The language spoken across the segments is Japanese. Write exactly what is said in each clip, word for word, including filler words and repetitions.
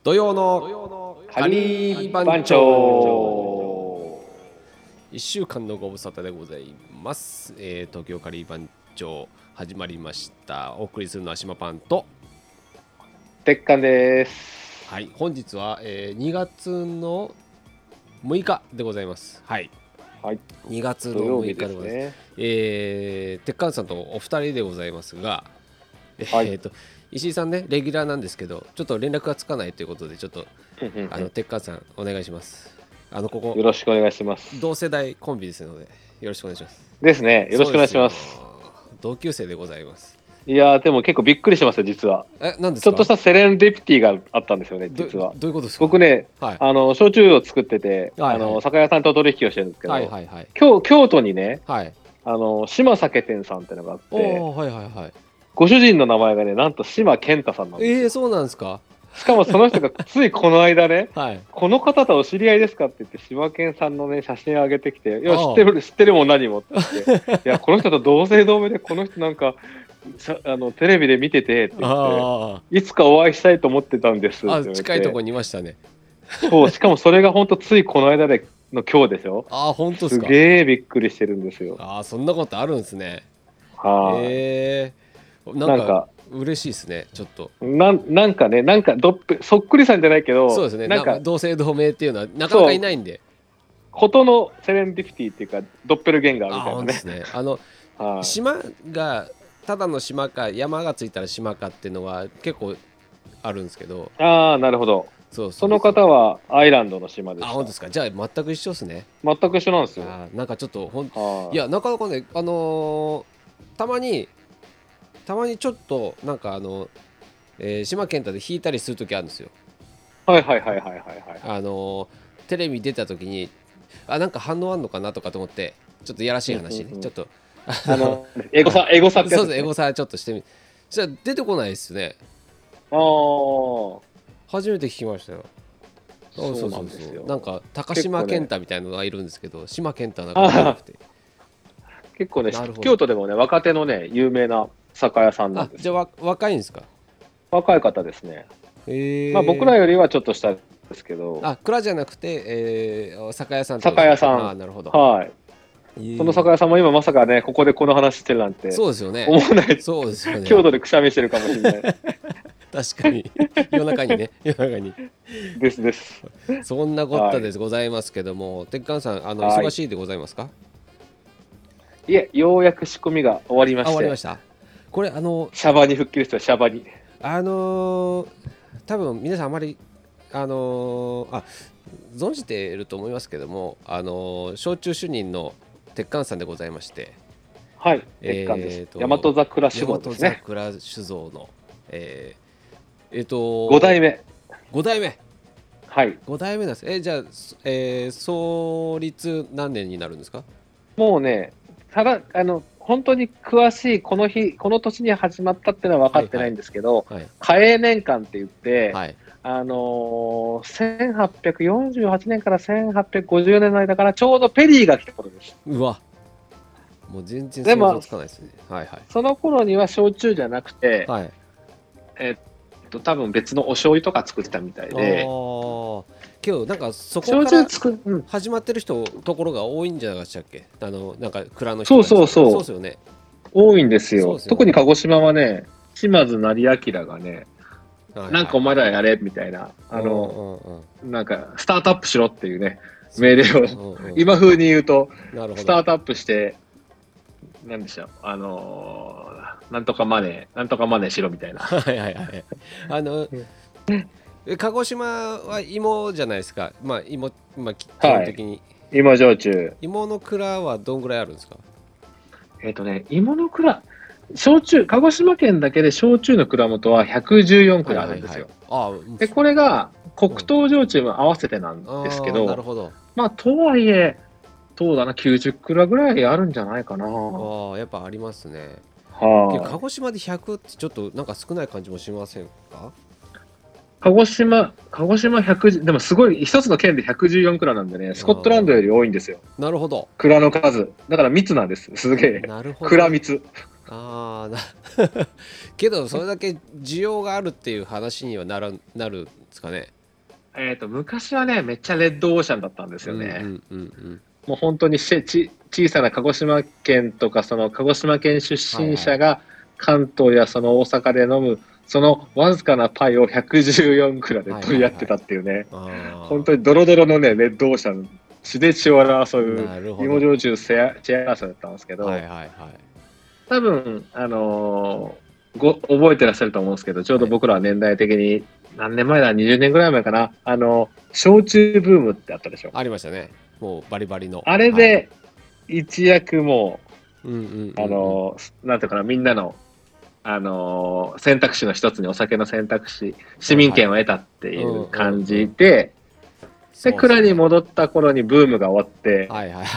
土曜のカリー番長いっしゅうかんのご無沙汰でございます、えー、東京カリー番長始まりました。お送りするのは島パンと鉄管です。 はい、本日は、えー、にがつのむいかでございます。はい、 はい、 にがつのむいかでございます。ねえー、鉄管さんとお二人でございますが、はい、えーと石井さんね、レギュラーなんですけど、ちょっと連絡がつかないということで、ちょっとあの鉄管さんお願いします。あのここよろしくお願いします。 同世代コンビですのでよろしくお願いします。 ですね、よろしくお願いします。 同級生でございます。 いやーでも結構びっくりしてますよ実は。 え、なんですか？ ちょっとしたセレンディピティがあったんですよね実は。 ど, どういうことですか？ 僕ね、はい、あの焼酎を作ってて、はいはい、あの酒屋さんと取引をしてるんですけど、はいはいはい、京, 京都にね、はい、あの島酒店さんっていうのがあって、 はいはいはい、 ご主人の名前がねなんと島健太さんなんですよ。 えー、そうなんですか？ しかもその人がついこの間ね、 はい、 この方とお知り合いですかって言って島健さんのね写真を上げてきて、いや知ってる知ってるもん何もって言っていやこの人と同姓同名でこの人なんかあのテレビで見ててって言っていつかお会いしたいと思ってたんですって言われて。 あ、近いところにいましたね。 そう、しかもそれが本当ついこの間での今日でしょ。 あ、本当ですか？ すげえびっくりしてるんですよ。 あ、そんなことあるんですね。 はい、 えー、なんか嬉しいですね。ちょっとな ん, なんかねなんかどっぷそっくりさんじゃないけど、 そうですね、 なんか同姓同名っていうのはなかなかいないんで、 ことのセレンディピティっていうかドッペルゲンガーみたいなね。 ですね。あの島がただの島か山がついたら島かっていうのは結構あるんですけど。 ああ、なるほど。そうそうそう、その方はアイランドの島でした。 あ、本当ですか？じゃあ全く一緒ですね。 全く一緒なんですよ。 あ、なんかちょっとほんいやなかなかね、あのー、たまにたまにちょっとなんかあの、えー、島健太で弾いたりする時あるんですよ。 はいはいはいはいはいはい。 あのー、テレビ出た時にあ、なんか反応あんのかなとかと思ってちょっとやらしい話ね、うんうんうん、ちょっとあのエゴサエゴサってやつ、ね、 そうです、エゴサちょっとしてみじゃ出てこないですね。 ああ、 初めて聞きましたよ。 そうなんですよ。 なんか高島健太みたいなのがいるんですけど、ね、島健太なんかなくて結構ね京都でもね若手のね有名な酒屋さんなんです。 あ、じゃあ若いんですか？ 若い方ですね。 へえ。 まあ僕らよりはちょっと下ですけど。 あ、蔵じゃなくて、えー、酒屋さん。 酒屋さん。 あ、なるほど。 はい。その酒屋さんも今まさかねここでこの話してるなんて。 そうですよね。 思わない。 そうですよね。 京都でくしゃみしてるかもしれない。 確かに夜中にね、夜中にですです。 そんなこったです、はい、ございますけども、鉄管さんあの忙しいでございますか？ いえ、ようやく仕込みが終わりまして。 終わりました。これあのシャバに復帰ですよ。シャバに。 あのー、多分皆さんあまりあのー、あ存じていると思いますけども、あのー、焼酎主任の鉄管さんでございまして、 はい、鉄管です。えー、大和桜酒造ですね。 大和桜酒造のえー、えー、とご代目。 ご代目。 はい。 ご代目なんです。えー、じゃあ、えー、創立何年になるんですか？ もうね、ただあの本当に詳しいこの日この年に始まったっていうのは分かってないんですけど、はいはい、嘉永年間って言って、はい、あのー、せんはっぴゃくよんじゅうはちねんからせんはっぴゃくごじゅうねんの間からちょうどペリーが来た頃です。 うわ、もう全然想像つかないですね。はいはい。 その頃には焼酎じゃなくて、はい、えー、っと多分別のお醤油とか作ってたみたいで。 けどなんかそこから始まってる人、うん、ところが多いんじゃなかったっけ？あのなんか蔵の人。 そうそうそう。 そうですよね。 多いんですよ。特に鹿児島はね、島津成明がね、はいはい、なんかお前らやれみたいな、あの、うんうんうん、なんかスタートアップしろっていうね、命令を、うんうん、今風に言うと、スタートアップして、なんでしょう、あのー、なんとかマネー、なんとかマネーしろみたいな。 はいはいはい。あの、鹿児島は芋じゃないですか。まあ芋、まあ、基本的に、はい、 芋焼酎。 芋の蔵はどんぐらいあるんですか？ えっ、ー、とね、芋の蔵、焼酎、鹿児島県だけで焼酎の蔵元はひゃくじゅうよん蔵あるんですよ。はいはいはい、あでこれが黒糖焼酎も合わせてなんですけど、うん、 なるほど。 まあとはいえそうだなきゅうじゅう蔵ぐらいあるんじゃないかな。 あ、やっぱありますね。 はあ、鹿児島でひゃくってちょっとなんか少ない感じもしませんか？ 鹿児島、鹿児島ひゃく、でもすごい一つの県でひゃくじゅうよん蔵なんでね、スコットランドより多いんですよ。 なるほど。 蔵の数。だから密なんです。すげえ。なるほど。蔵密。 ああ、なけどそれだけ需要があるっていう話にはならなるんでですかね。 えっと昔はねめっちゃレッドオーシャンだったんですよね。うんうんうんうん、もう本当にしち小さな鹿児島県とかその鹿児島県出身者が関東やその大阪で飲むそのわずかなパイをひゃくじゅうよん蔵で取り合ってたっていうね、はいはいはい、本当にドロドロのねレッドオーシャン血で血を争う芋焼酎チェア争いだったんですけど、はいはいはい、多分あのー、ご覚えてらっしゃると思うんですけど、ちょうど僕らは年代的に何年前だにじゅうねんぐらい前かな、あの焼酎ブームってあったでしょ。 ありましたね。もうバリバリのあれで一躍もう、うんうんうんうん、あのー、なんていうかな、みんなのあのー、選択肢の一つにお酒の選択肢、市民権を得たっていう感じで、で、蔵に戻った頃にブームが終わって、はいはい、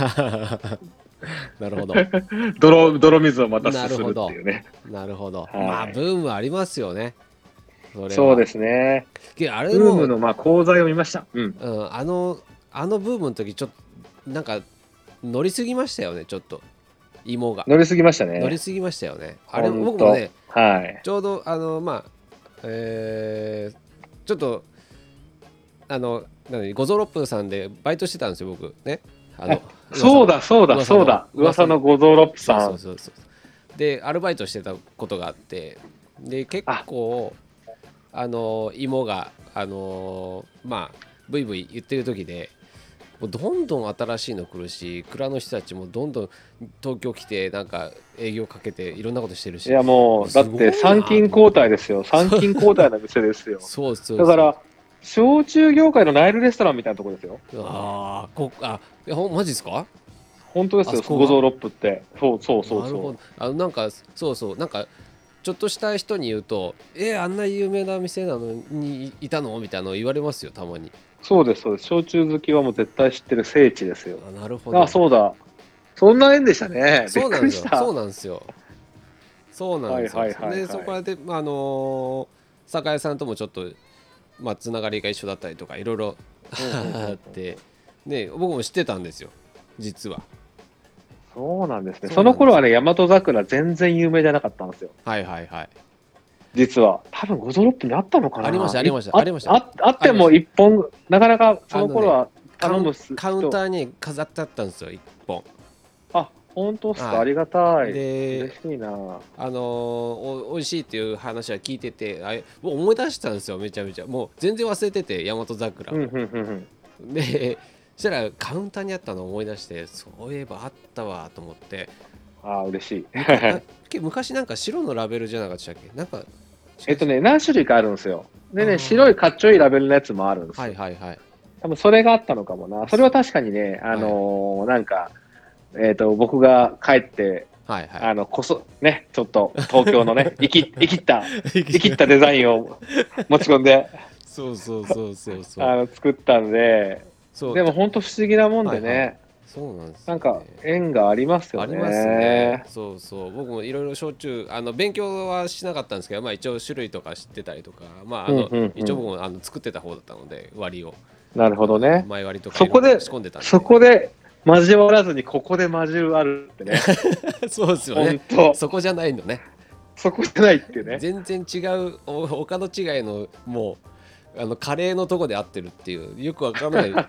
なるほど泥、泥水をまたすするっていうね。 なるほど。はい、まあ、ブームありますよね。 そ, そうですね。あれブームのまあ功罪を見ました。うん。 うん、あの、あのブームの時、ちょっと、なんか、乗りすぎましたよね、ちょっと。芋が。 乗りすぎましたね。 乗りすぎましたよね。あれ、僕もね、はい、ちょうど、あの、まあ、えー、ちょっと、あの、何ゴゾロップさんでバイトしてたんですよ、僕ね。あのそうだ、そうだ、そうだ、噂のゴゾロップさん。 そうそうそうそう。で、アルバイトしてたことがあって、で、結構、あの、芋が、あの、まあ、ブイブイ言ってる時で、もうどんどん新しいの来るし、蔵の人たちもどんどん東京来て、なんか営業かけていろんなことしてるし。 いや、もう、だって参勤交代ですよ。参勤交代の店ですよ。 そうそうそう。 だから、焼酎業界のナイルレストランみたいなところですよ。 ああ、こあ、ほマジですか？ 本当ですよ、ゴゾロップって。そうそうそうそう。なるほど。 あのなんかそうそうなんかちょっとした人に言うと、えー、あんな有名な店なのにいたのみたいなの言われますよ、たまに。 そうですそうです。焼酎好きはもう絶対知ってる聖地ですよ。 あ、なるほど。 あ、そうだ。そんな縁でしたね。 そうなんですよ。そうなんですよ。そうなんですよ。はいはいはいはい、でそこであのー、酒屋さんともちょっと。まあ、つながりが一緒だったりとかいろいろあってね、僕も知ってたんですよ実は。 そうなんですね。その頃はね、大和桜全然有名じゃなかったんですよ。 はいはいはい。 実は多分ゴゾロップにあったのかな。ありましたありましたありました。 あ, あっても一本なかなかその頃は頼む、 ね、カウンターに飾ってあったんですよ一本。 あ、本当ですか、はい、ありがたい。 で、 嬉しいな。 あのー、お美味しいっていう話は聞いてて、あもう思い出したんですよ、めちゃめちゃ。もう全然忘れてて、大和桜も。うんうんうんうん、で、そしたらカウンターにあったのを思い出して、そういえばあったわと思って。 ああ、嬉しい。昔なんか白のラベルじゃなかったっけ？なんかえっとね、何種類かあるんですよ。でね、白いかっちょいいラベルのやつもあるんですよ。 はいはいはい。 多分それがあったのかもな。それは確かにね、あのーはい、なんか、えっと、僕が帰って、はいはい、あのこそねちょっと東京のね生き生きった生きったデザインを持ち込んでそうそうそうそうそうあの作ったんで、でも本当不思議なもんでね、はいはい、 そうなんです、ね、 なんか縁がありますよね。 ありますね。そうそう僕もいろいろ焼酎あの勉強はしなかったんですけど、まあ、一応種類とか知ってたりとか、まああの、うんうんうん、一応僕もあの作ってた方だったので割を。 なるほどね。 前割りとかそこで仕込んでたんで、そこで交わらずにここで交わるってねそうですよね。本当そこじゃないのね。 そこじゃないってね。 全然違う他の違いのもうあのカレーのとこで合ってるっていうよくわからない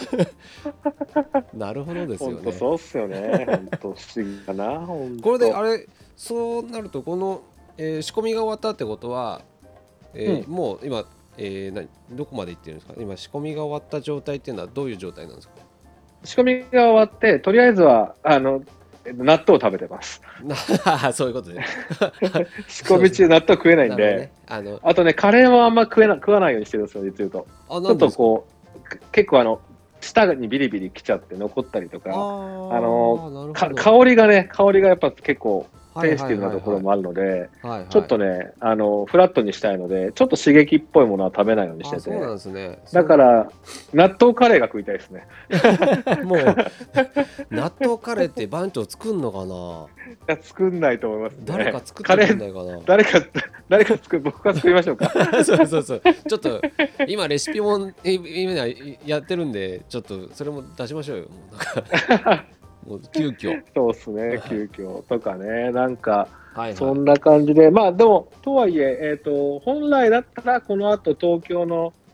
なるほどですよね。 本当そうっすよね。本当不思議だな。本当これであれそうなるとこの、えー、仕込みが終わったってことは、えーうん、もう今、えー、何どこまでいってるんですか。今仕込みが終わった状態っていうのはどういう状態なんですか。 仕込みが終わってとりあえずはあの納豆を食べてます。 そういうことで仕込み中納豆食えないんで、ね、あのあとねカレーもあんま食えな食わないようにしてるんですよ実言うと。ちょっとこう結構あの舌にビリビリきちゃって残ったりとか、あのか香りがね香りがやっぱ結構センシティブなところもあるので、ちょっとねあのフラットにしたいのでちょっと刺激っぽいものは食べないようにしてて、 そうなんですね。 だから納豆カレーが食いたいですねもう納豆カレーって番長作んのかな。 いや作んないと思いますね。 誰か作ってくんないかな。 誰か誰か作る僕が作りましょうかそうそうそうちょっと今レシピも今やってるんでちょっとそれも出しましょうよ。もうなんかもう急遽そうですね急遽とかねなんかそんな感じで、はいはい、まあでもとはいええーと本来だったらこの後東京の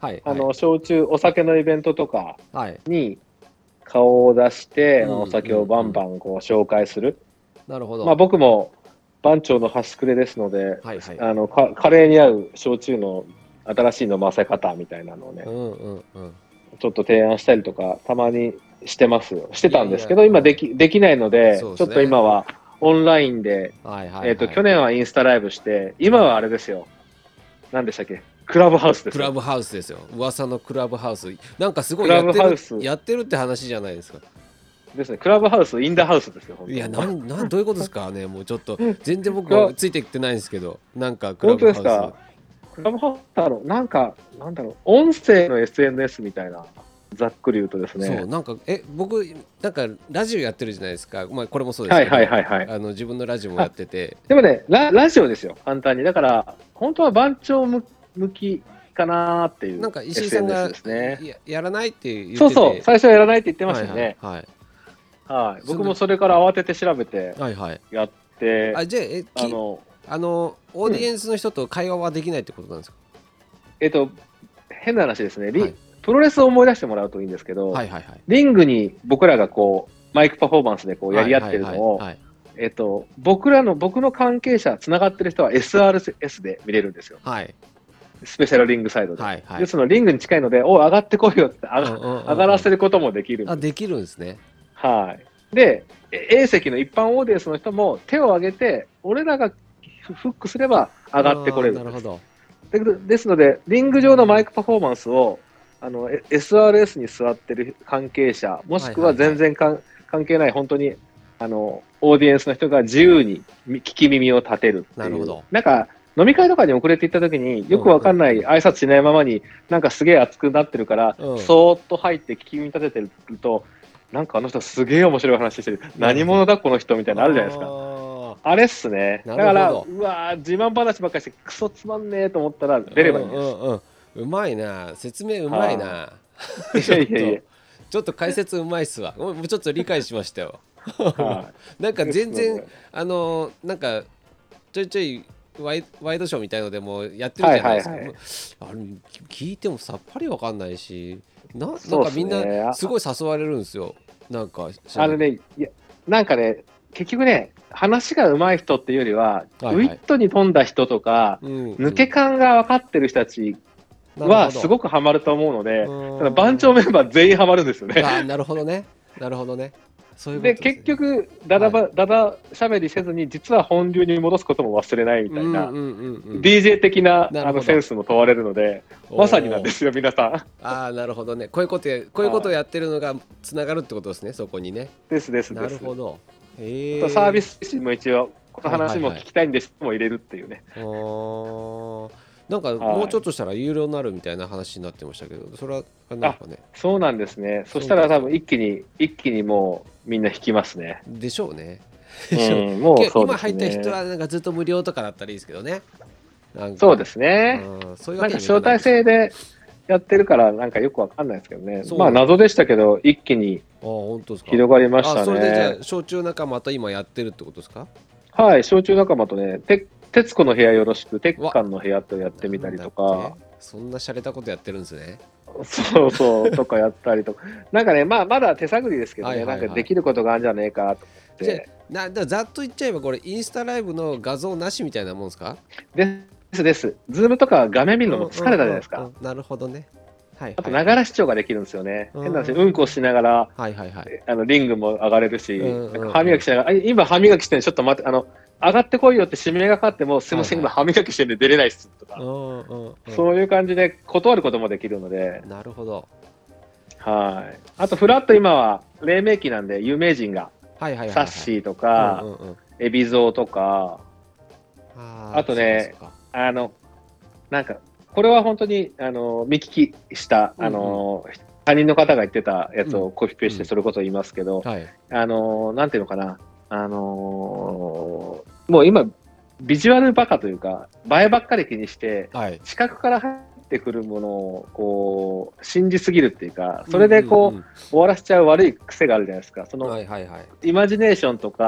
はい、 あの焼酎お酒のイベントとかはいに顔を出して、 うんお酒をバンバンこう紹介する、 なるほど。 まあ、僕も番長の端くれですので、 はいはい、 あのかカレーに合う焼酎の新しい飲ませ方みたいなのをね、 うんうんうん、 ちょっと提案したりとかたまにしてますよ。してたんですけど、いやいや今できできないので、でね、ちょっと今はオンラインで、はいはいはい、えーと、去年はインスタライブして、今はあれですよ。何でしたっけ？クラブハウスですよ。 クラブハウスですよ。噂のクラブハウス。なんかすごいやってる、やってるって話じゃないですか。 ですね。クラブハウス、インダハウスですよ。 いや、なん、なん、どういうことですかね。もうちょっと、全然僕はついてきてないんですけど、なんかクラブハウス。本当ですか？ クラブハウスだろう、なんか、なんだろう、音声の エスエヌエス みたいな。ざっくり言うとですね。 そう、なんか、え、僕、なんかラジオやってるじゃないですか。まあ、これもそうですけど。はいはいはい、はい。あの、自分のラジオもやってて。 でもねラ、ラジオですよ。簡単に。だから、本当は番長向きかなっていう。 なんか石井さんが や, やらないって言ってて。 そうそう、最初はやらないって言ってましたよね。 はい、はいはいはい、僕もそれから慌てて調べてやって、はいはい、 あじゃあえあのあのオーディエンスの人と会話はできないってことなんですか？ うん、えっと変な話ですね、はい、プロレスを思い出してもらうといいんですけど、はいはいはい、リングに僕らがこうマイクパフォーマンスでこうやり合ってるのを僕らの僕の関係者つながってる人は エスアールエス で見れるんですよ、はい、スペシャルリングサイドで、はいはい、でそのリングに近いのでお上がってこいよって上 が,、うんうんうん、上がらせることもできるんです。 あできるんですね。 はい、で A 席の一般オーディエンスの人も手を挙げて俺らがフックすれば上がってこれるんです。なるほど。でですのでリング上のマイクパフォーマンスをあの エスアールエス に座ってる関係者もしくは全然かん、はいはいはい、関係ない本当にあのオーディエンスの人が自由に聞き耳を立てるっていう。なるほど。なんか飲み会とかに遅れて行った時によくわかんない挨拶しないままになんかすげえ熱くなってるから、うん、そーっと入って聞き耳立ててるとなんかあの人すげえ面白い話してる、何者だこの人みたいなのあるじゃないですか。あれっすね。だからうわ自慢話ばっかりしてクソつまんねえと思ったら出ればいいんです。うんうんうん、うまいな、説明うまいな。いやいやいやちょっと解説うまいっすわ。もうちょっと理解しましたよ。なんか全然あのなんかちょいちょいワイ、ワイドショーみたいのでもやってるじゃないですか。はいはいはい、あれ聞いてもさっぱりわかんないし、な、なんかみんなすごい誘われるんですよ。なんかあれね、いやなんかね結局ね話が上手い人っていうよりは、はいはい、ウィットに富んだ人とか、うんうん、抜け感が分かってる人たちはすごくハマると思うので、ただ番長メンバー全員ハマるんですよね。 あなるほどね、なるほどね。そういうことで、ね、結局だだば、はい、だだしゃべりせずに実は本流に戻すことも忘れないみたいな、うんうんうんうん、ディージェー 的なあのセンスも問われるのでまさになんですよ皆さん。 ああなるほどね。こういうことやこういうことをやってるのがつながるってことですね、そこにね。 ですですです。 なるほど。 へえ。サービス精神も一応この話も聞きたいんですも入れるっていうね。 はいはいはい、なんかもうちょっとしたら有料になるみたいな話になってましたけど、それはなんかね。 そうなんですね。そしたら多分一気に一気にもうみんな引きますね。 でしょうね。 うん、もうそうですね。 今入った人はなんかずっと無料とかだったらいいですけどね。 なんかそうですね。うん、そういうわけになんか招待制でやってるからなんかよくわかんないですけどね。まあ謎でしたけど一気に広がりましたね。あ、それでじゃあ焼酎仲間と今やってるってことですか？ はい、焼酎仲間とね、て徹子の部屋よろしく、鉄管の部屋とやってみたりとか。 そんな洒落たことやってるんですね。 そうそう、とかやったりとか。なんかね、まあ、まだ手探りですけどね、はいはいはい、なんかできることがあるんじゃねえかと思って。 なだざっと言っちゃえば、これ、インスタライブの画像なしみたいなもんですか？ ですです。ズームとか画面見るのも疲れたじゃないですか。うんうんうんうん、 なるほどね。はいはい、 あと、ながら視聴ができるんですよね。変な話、うんこしながら、はいはいはい、あのリングも上がれるし、うんうんうん、歯磨きしながら、今歯磨きしてる、ちょっと待って、あの、上がってこいよって指名がかかっても、すみません、今、はいはい、歯磨きしてるんで出れないっすとか、うんうんうん、そういう感じで断ることもできるので。 なるほど。 はい。あと、フラット今は黎明期なんで、有名人が、はいはいはいはい、サッシーとか、うんうんうん、海老蔵とか、あ, あとね、あの、なんか、これは本当にあの見聞きした、うんうん、あの他人の方が言ってたやつをコピペしてそれこそ言いますけど、うんうんはい、あのなんていうのかな、あのもう今ビジュアルバカというか映えばっかり気にして、はい、視覚から入ってくるものをこう信じすぎるっていうか、それでこう、うんうんうん、終わらせちゃう悪い癖があるじゃないですか。その、はいはいはい、イマジネーションとか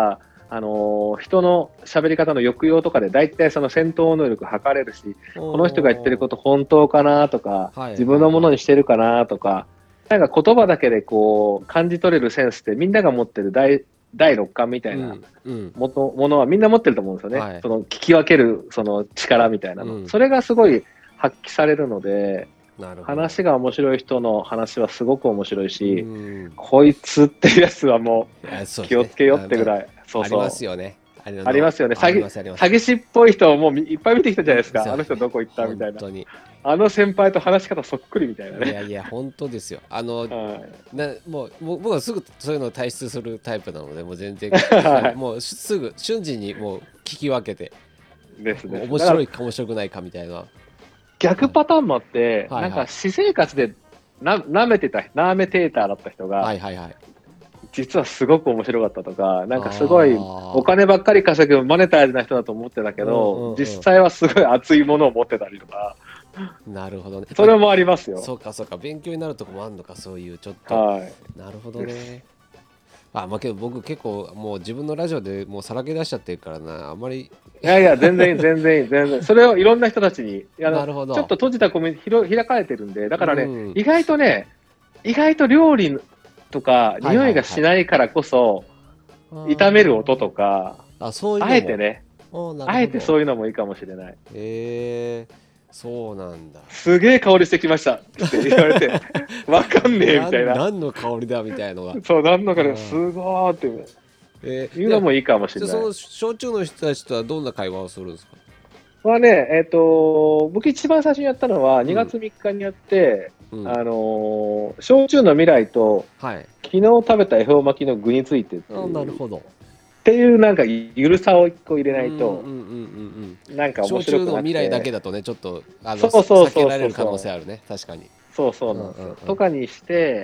あのー、人の喋り方の抑揚とかで大体その戦闘能力測れるし、この人が言ってること本当かなとか、はい、自分のものにしてるかなとか、なんか言葉だけでこう感じ取れるセンスってみんなが持ってる第第六感みたいなもの、ものはみんな持ってると思うんですよね。はい、その聞き分けるその力みたいなの、うん、それがすごい発揮されるので、話が面白い人の話はすごく面白いし、うん、こいつっていうやつはもう気をつけよってぐらい、 そうそうありますよね。 ありますよね。詐欺、詐欺師っぽい人をもういっぱい見てきたじゃないですか。あの人どこ行ったみたいな。あの先輩と話し方そっくりみたいなね。 いやいや、本当ですよ。あの、はい、なもう僕はすぐそういうのを退出するタイプなので、もう全然、もうすぐ瞬時にもう聞き分けて、 ですね、 面白いか面白くないかみたいな。 逆パターンもあって、はい、なんか私生活でな舐めてた、舐めテーターだった人が、はいはいはい、実はすごく面白かったとか、なんかすごいお金ばっかり稼ぐマネタイズな人だと思ってたけど、うんうんうん、実際はすごい熱いものを持ってたりとか。 なるほどね。 それもありますよ。 そうかそうか、勉強になるとこもあるのか、そういうちょっと。はい、なるほどね。あ、まあけど僕結構もう自分のラジオでもうさらけ出しちゃってるからな、あんまり。 いやいや、全然全然全然。それをいろんな人たちに、あのなるほどちょっと閉じたコミュニティ開かれてるんで、だからね、うん、意外とね、意外と料理とか匂いがしないからこそ、炒める音とか、 あ、そういうのもあえてね、あえてそういうのもいいかもしれない。 へえー。そうなんだ。 すげえ香りしてきましたって言われて、わかんねえみたいな。 何の香りだみたいのが。 そう、何の香り、すごーって、えー、いうのもいいかもしれない。 その焼酎の人たちとはどんな会話をするんですか？ はね、えっ、ー、と、僕一番最初にやったのはにがつみっかにやって、うん、あのー、焼酎の未来と、はい、昨日食べた恵方巻きの具についてっていう。 あ、なるほど。 っていうなんかゆるさを一個入れないと、なんか面白くなくて、 焼酎の未来だけだとね、ちょっとあの避けられる可能性あるね、確かに。 そうそうなんですよ。とかにして、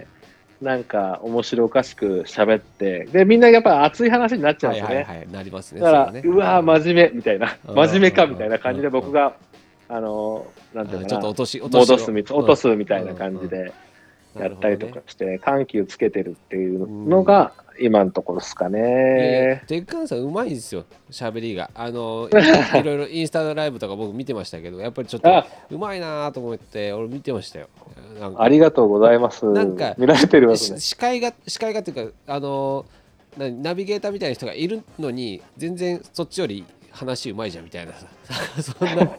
なんか面白おかしく喋って、でみんなやっぱ熱い話になっちゃうんですよね。はいはいはい、なりますね。だから、ね、うわー真面目みたいな、真面目かみたいな感じで僕があのなんていうかな、ちょっと落とし落とす落とすみたいな感じでやったりとかして、緩急つけてるっていうのが。今のところですかね。 テッカンさんうまいんですよ、喋りが。あのいろいろインスタのライブとか僕見てましたけど、やっぱりちょっとうまいなと思って俺見てましたよ。 なんかありがとうございます。なんか見られてるわけね。 司会が司会がっていうか、あのナビゲーターみたいな人がいるのに全然そっちより話うまいじゃんみたいなさそんな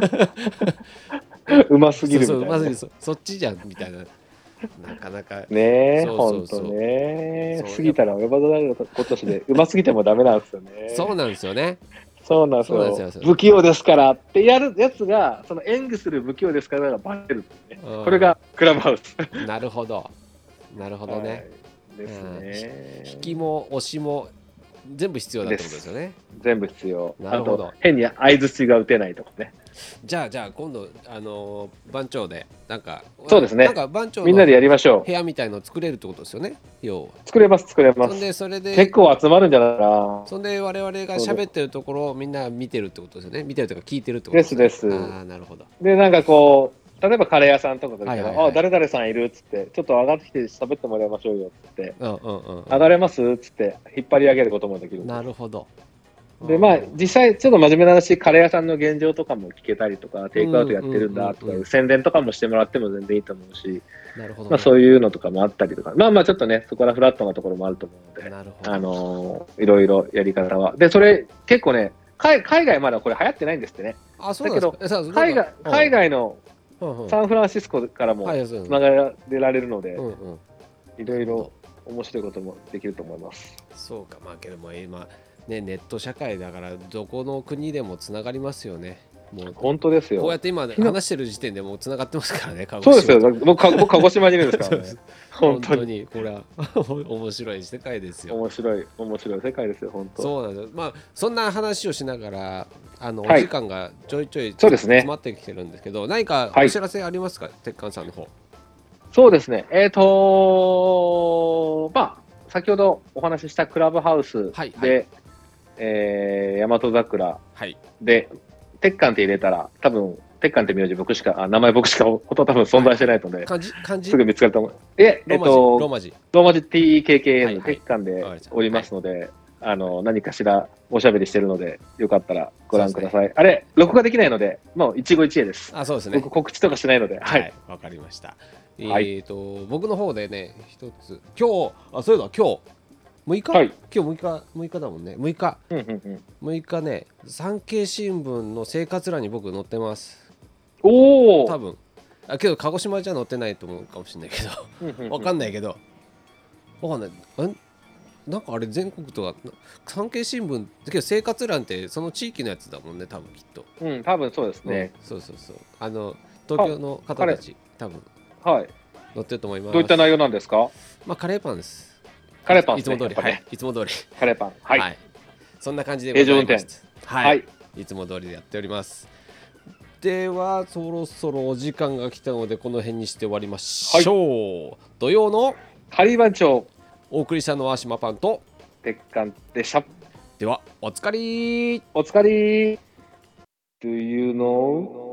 うますぎるみたいな。 そうそう、うますぎる、 そ, そっちじゃんみたいな。なかなかねえ、ほんとね。過ぎたら及ばざることしで、うますぎてもダメなんですよね。 そうなんですよね。 そうなんですよ。不器用ですからってやるやつが、その演技する不器用ですからがバレる、ね、うん。これがクラブハウス。 なるほど。なるほどね。はい、 ですね。 引きも押しも全部必要だってことですよね。 全部必要。なるほど。変に相づちが打てないとかね。 じゃあじゃあ今度あのー、番長でなんかそうですね。 なんか番長のみんなでやりましょう。 部屋みたいの作れるってことですよね。要は作れます作れます。 そんでそれで結構集まるんじゃないかな。 そんで我々が喋ってるところをみんな見てるってことですよね。見てるとか聞いてるってことですね。ですです。 ああ、なるほど。 でなんかこう例えばカレー屋さんとかだけど、はいはいはい、あ誰々さんいるっつってちょっと上がってきて喋ってもらいましょうよっつって、うんうんうんうん、上がれますっつって引っ張り上げることもできる。 なるほど。 でまあ実際ちょっと真面目な話、カレー屋さんの現状とかも聞けたりとか、テイクアウトやってるんだとかいう宣伝とかもしてもらっても全然いいと思うし、なるほど、ね、まあ、そういうのとかもあったりとか、まあまあちょっとねそこらフラットなところもあると思うので、なるほど、あのー、いろいろやり方はで、それ結構ね海外まだこれ流行ってないんですってね。 あ、そうなんですか。 だけど海外海外のサンフランシスコからもつながれられるので、いろいろ面白いこともできると思います。 そうか、まあけども今ね、ネット社会だからどこの国でもつながりますよね。 もう本当ですよ。 こうやって今話してる時点でもうつながってますからね。 そうですよ。僕鹿児島にいるんですからね。 本当にこれは面白い世界ですよ。 面白い面白い世界ですよ本当。 そうなんです。まあそんな話をしながらあの、はい、お時間がちょいちょい詰まってきてるんですけど、何かお知らせありますか、はい、鉄管さんの方。 そうですね。えっ、ー、とまあ先ほどお話ししたクラブハウスで。はいはい、えー、大和桜で、はい、鉄管って入れたら多分鉄管って名字僕しかあ名前僕しかほとんど多分存在してないので、はい、漢字漢字すぐ見つかると思う。ええっとローマ字ローマ字 ティーイーケーケーエヌ 鉄管でおりますので、 あの何かしらおしゃべりしてるので、よかったらご覧ください。ね、あれ録画できないので、もう一期一会です。 あ、そうですね。 僕告知とかしないので、はい。 わ、はい、かりました。はい、えっ、ー、と僕の方でね、一つ今日、あ、そういえば今日むいか、はい、今日むいかむいかだもんね。むいか、うんうんうん、むいかね、産経新聞の生活欄に僕載ってます。 おお。 多分。あ、けど鹿児島じゃ載ってないと思うかもしれないけど、わかんないけど、わかんない。んなんかあれ全国とか産経新聞だけど生活欄ってその地域のやつだもんね、多分きっと。 うん、多分そうですね。 うん、そうそうそう。あの東京の方たち多分はい載ってると思います。 どういった内容なんですか？ まあカレーパンです。 カレーパン、 いつも通り、はい、いつも通り。 カレーパン、はい。はい、 そんな感じでございます。 はい、はい、 いつも通りでやっております。ではそろそろお時間が来たのでこの辺にして終わりましょう。はい、土曜のカリー番長お送りしたのは島パンと鉄管でした。 ではおつかりおつかり Do you know